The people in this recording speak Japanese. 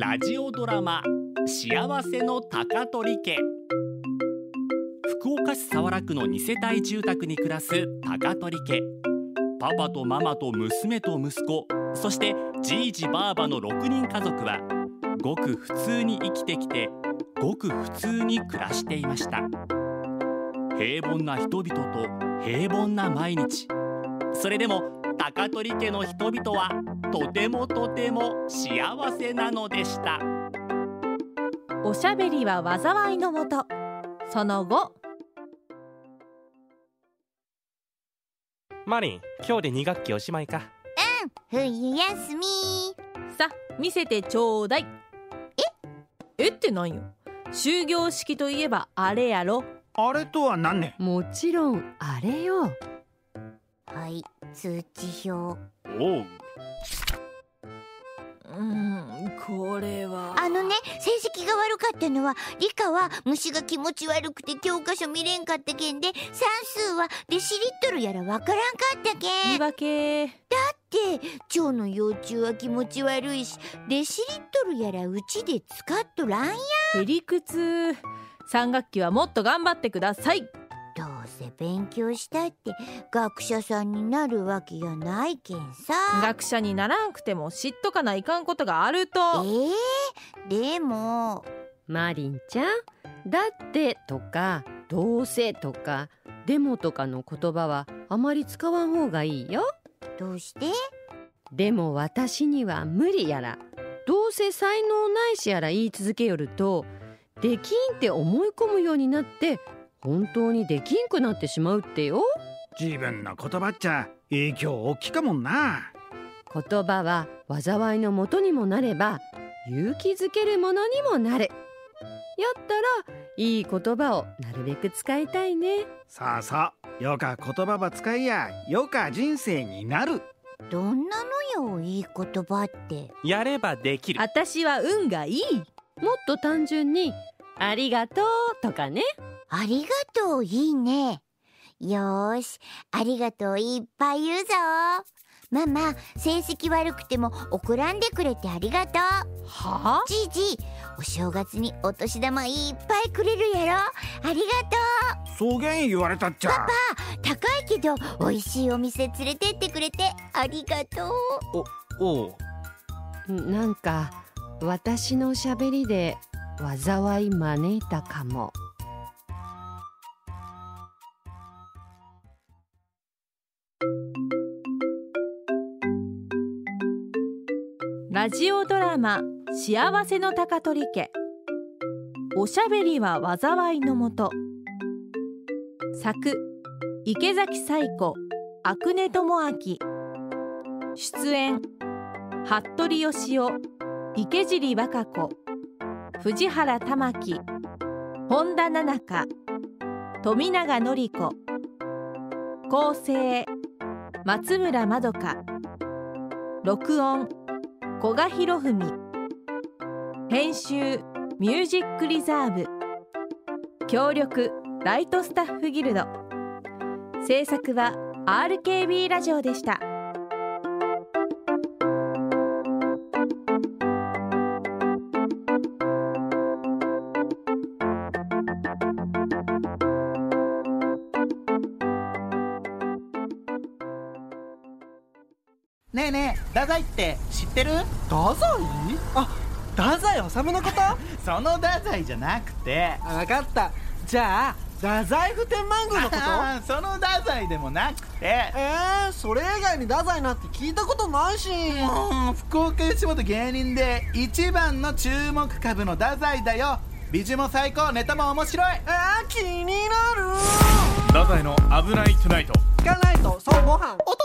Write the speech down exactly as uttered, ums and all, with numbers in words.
ラジオドラマ幸せの高取家。福岡市早良区のに世帯住宅に暮らす高取家。パパとママと娘と息子、そしてじいじばあばのろくにん家族はごく普通に生きてきて、ごく普通に暮らしていました。平凡な人々と平凡な毎日。それでも高取家の人々はとてもとても幸せなのでした。 おしゃべりは災いのもと、その後。 マリン、今日でに学期おしまいか。 うん、冬休み。 さ、見せてちょうだい。ええってなんよ。終業式といえばあれやろ。 あれとは何ね。 もちろんあれよ。 はい、通知表。 おう。 うーん、これはあのね、成績が悪かったのは理科は虫が気持ち悪くて教科書見れんかったけんで、算数はデシリットルやらわからんかったけん。 言い訳。 で蝶の幼虫は気持ち悪いし、デシリットルやらうちで使っとらんやん。 へりくつ。さん学期はもっと頑張ってください。 どうせ勉強したって学者さんになるわけやないけんさ。 学者にならんくても知っとかないかんことがあると。 えー、でもマリンちゃん、だってとかどうせとかでもとかの言葉はあまり使わん方がいいよ。 どうして？ でも私には無理やら、どうせ才能ないしやら言い続けよると、できんって思い込むようになって本当にできんくなってしまうってよ。 自分の言葉っちゃ影響大きかもんな。 言葉は災いのもとにもなれば勇気づけるものにもなる。やったらいい言葉をなるべく使いたいね。 さあさあ、よか言葉ば使いやよか人生になる。 どんなのよ、いい言葉って。 やればできる。 私は運がいい。 もっと単純にありがとうとかね。 ありがとういいね。よーし、ありがとういっぱい言うぞ。ママ、成績悪くても怒らんでくれてありがとう。 はあ？ じいじ、お正月にお年玉いっぱいくれるやろ。ありがとう。 そげん言われたっちゃ。 パパ、高いけど美味しいお店連れてってくれてありがとう。 お、おう。 なんか私のしゃべりで災い招いたかも。 ラジオドラマ幸せの高取家。おしゃべりは災いのもと。作池崎彩子、阿久根智明。出演服部義雄、池尻和歌子、藤原玉樹、本田奈々香、富永典子。構成松村まどか。録音古賀博文。編集ミュージックリザーブ。協力ライトスタッフギルド。制作は アールケービー ラジオでした。 ねえねえ、太宰って知ってる？ 太宰？あ、太宰治のこと？ その太宰じゃなくて。 分かった。じゃあ太宰府天満宮のこと？ あその太宰でもなくて。 えー、それ以外に太宰なんて聞いたことないし。 もう福岡吉本芸人で一番の注目株の太宰だよ。美女も最高、ネタも面白い。 えー、気になる。 太宰の危ないトゥナイト。 聞かないとそうご飯。 おと